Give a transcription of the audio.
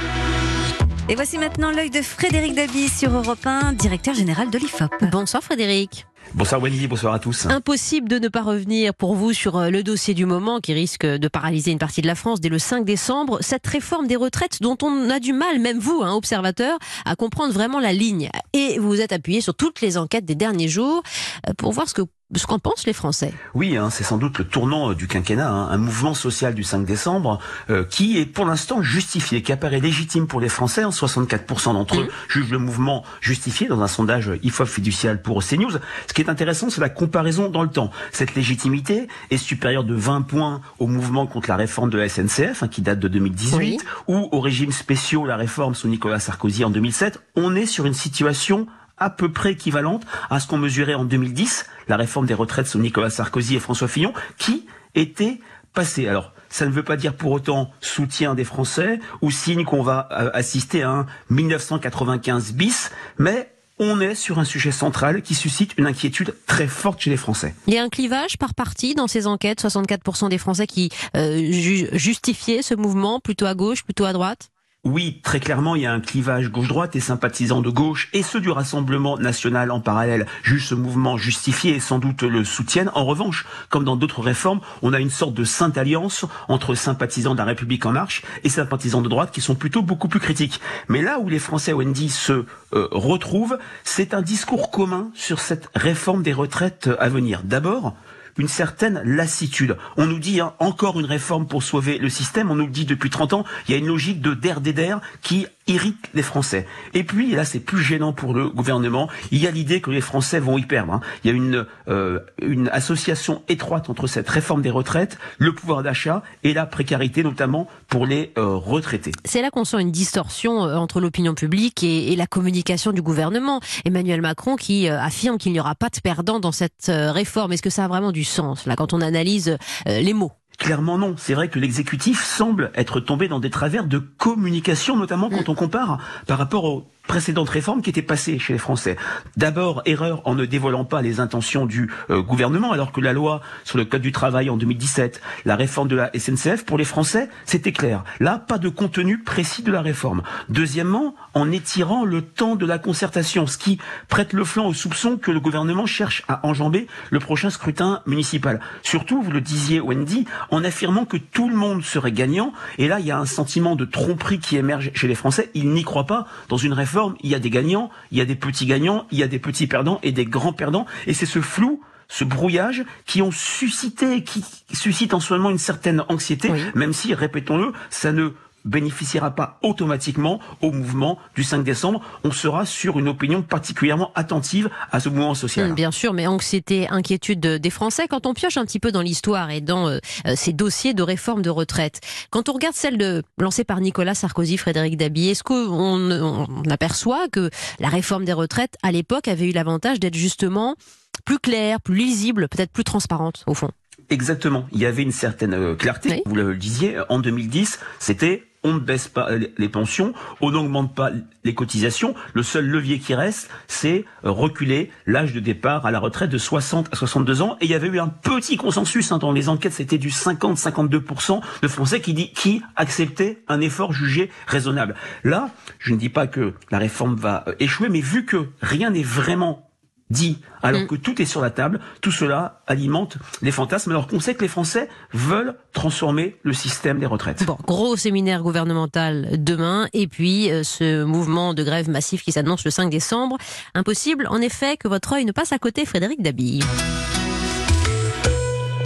Et voici maintenant l'œil de Frédéric Dabi sur Europe 1, directeur général de l'IFOP. Bonsoir Frédéric. Bonsoir Wendy, bonsoir à tous. Impossible de ne pas revenir pour vous sur le dossier du moment qui risque de paralyser une partie de la France dès le 5 décembre. Cette réforme des retraites dont on a du mal, même vous, observateur, à comprendre vraiment la ligne. Et vous vous êtes appuyé sur toutes les enquêtes des derniers jours pour voir ce qu'en pensent les Français. Oui, c'est sans doute le tournant du quinquennat, un mouvement social du 5 décembre qui est pour l'instant justifié, qui apparaît légitime pour les Français. 64% d'entre eux jugent le mouvement justifié dans un sondage IFOP fiducial pour CNews. Ce qui est intéressant, c'est la comparaison dans le temps. Cette légitimité est supérieure de 20 points au mouvement contre la réforme de la SNCF, qui date de 2018, ou aux régimes spéciaux, la réforme sous Nicolas Sarkozy en 2007. On est sur une situation à peu près équivalente à ce qu'on mesurait en 2010, la réforme des retraites sous Nicolas Sarkozy et François Fillon, qui était passée. Alors, ça ne veut pas dire pour autant soutien des Français ou signe qu'on va assister à un 1995 bis, mais on est sur un sujet central qui suscite une inquiétude très forte chez les Français. Il y a un clivage par parti dans ces enquêtes, 64% des Français qui justifiaient ce mouvement, plutôt à gauche, plutôt à droite ? Oui, très clairement, il y a un clivage gauche-droite et sympathisants de gauche et ceux du Rassemblement national en parallèle jugent ce mouvement justifié et sans doute le soutiennent. En revanche, comme dans d'autres réformes, on a une sorte de sainte alliance entre sympathisants de la République en marche et sympathisants de droite qui sont plutôt beaucoup plus critiques. Mais là où les Français, Wendy, se retrouvent, c'est un discours commun sur cette réforme des retraites à venir. D'abord, une certaine lassitude. On nous dit encore une réforme pour sauver le système, on nous le dit depuis 30 ans, il y a une logique de der qui irrite les Français. Et puis, et là c'est plus gênant pour le gouvernement, il y a l'idée que les Français vont y perdre. Il y a une association étroite entre cette réforme des retraites, le pouvoir d'achat et la précarité, notamment pour les retraités. C'est là qu'on sent une distorsion entre l'opinion publique et la communication du gouvernement. Emmanuel Macron qui affirme qu'il n'y aura pas de perdants dans cette réforme. Est-ce que ça a vraiment du sens, là, quand on analyse les mots ? Clairement non. C'est vrai que l'exécutif semble être tombé dans des travers de communication, notamment quand on compare par rapport aux précédentes réformes qui étaient passées chez les Français. D'abord, erreur en ne dévoilant pas les intentions du gouvernement, alors que la loi sur le code du travail en 2017, la réforme de la SNCF, pour les Français, c'était clair. Là, pas de contenu précis de la réforme. Deuxièmement, en étirant le temps de la concertation, ce qui prête le flanc au soupçon que le gouvernement cherche à enjamber le prochain scrutin municipal. Surtout, vous le disiez, Wendy, en affirmant que tout le monde serait gagnant. Et là, il y a un sentiment de tromperie qui émerge chez les Français. Ils n'y croient pas. Dans une réforme, il y a des gagnants, il y a des petits gagnants, il y a des petits perdants et des grands perdants. Et c'est ce flou, ce brouillage qui suscite en soi une certaine anxiété, même si, répétons-le, ça ne bénéficiera pas automatiquement au mouvement du 5 décembre. On sera sur une opinion particulièrement attentive à ce mouvement social. Bien sûr, mais anxiété, inquiétude des Français, quand on pioche un petit peu dans l'histoire et dans ces dossiers de réforme de retraite, quand on regarde celle lancée par Nicolas Sarkozy, Frédéric Dabi, est-ce qu'on aperçoit que la réforme des retraites, à l'époque, avait eu l'avantage d'être justement plus claire, plus lisible, peut-être plus transparente, au fond ? Exactement. Il y avait une certaine clarté. Vous le disiez, en 2010, c'était on ne baisse pas les pensions, on n'augmente pas les cotisations. Le seul levier qui reste, c'est reculer l'âge de départ à la retraite de 60 à 62 ans. Et il y avait eu un petit consensus dans les enquêtes, c'était du 50-52% de Français qui acceptaient un effort jugé raisonnable. Là, je ne dis pas que la réforme va échouer, mais vu que rien n'est vraiment dit, alors que tout est sur la table, tout cela alimente les fantasmes, alors qu'on sait que les Français veulent transformer le système des retraites. Bon, gros séminaire gouvernemental demain, et puis ce mouvement de grève massif qui s'annonce le 5 décembre. Impossible, en effet, que votre œil ne passe à côté, Frédéric Dabi.